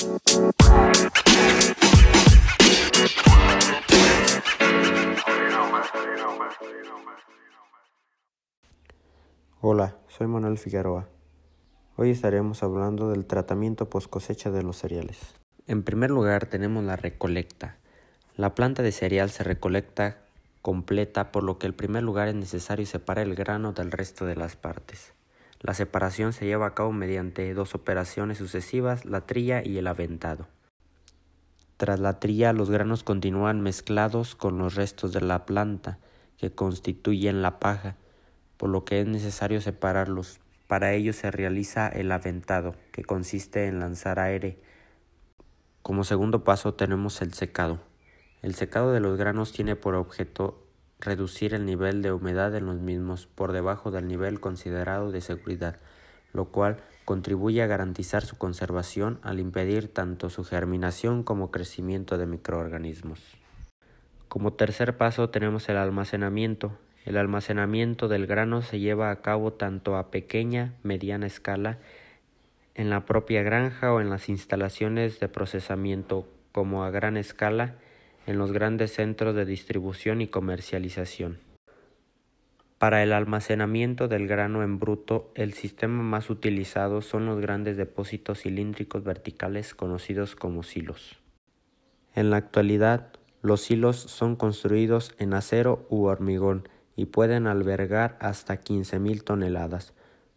Hola, soy Manuel Figueroa. Hoy estaremos hablando del tratamiento post cosecha de los cereales. En primer lugar tenemos la recolecta. La planta de cereal se recolecta completa, por lo que en primer lugar es necesario separar el grano del resto de las partes. La separación se lleva a cabo mediante dos operaciones sucesivas, la trilla y el aventado. Tras la trilla, los granos continúan mezclados con los restos de la planta, que constituyen la paja, por lo que es necesario separarlos. Para ello se realiza el aventado, que consiste en lanzar aire. Como segundo paso tenemos el secado. El secado de los granos tiene por objeto reducir el nivel de humedad en los mismos por debajo del nivel considerado de seguridad, lo cual contribuye a garantizar su conservación al impedir tanto su germinación como crecimiento de microorganismos. Como tercer paso tenemos el almacenamiento. El almacenamiento del grano se lleva a cabo tanto a pequeña, mediana escala, en la propia granja o en las instalaciones de procesamiento, como a gran escala, en los grandes centros de distribución y comercialización. Para el almacenamiento del grano en bruto, el sistema más utilizado son los grandes depósitos cilíndricos verticales conocidos como silos. En la actualidad, los silos son construidos en acero u hormigón y pueden albergar hasta 15,000 toneladas.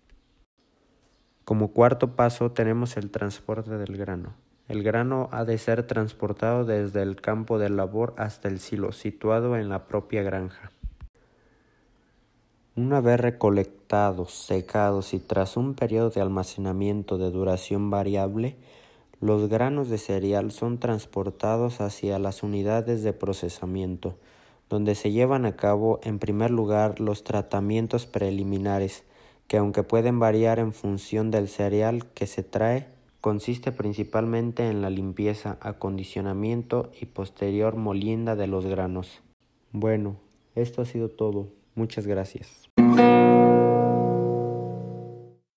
Como cuarto paso tenemos el transporte del grano. El grano ha de ser transportado desde el campo de labor hasta el silo, situado en la propia granja. Una vez recolectados, secados y tras un periodo de almacenamiento de duración variable, los granos de cereal son transportados hacia las unidades de procesamiento, donde se llevan a cabo en primer lugar los tratamientos preliminares, que aunque pueden variar en función del cereal que se trae, consiste principalmente en la limpieza, acondicionamiento y posterior molienda de los granos. Bueno, esto ha sido todo. Muchas gracias.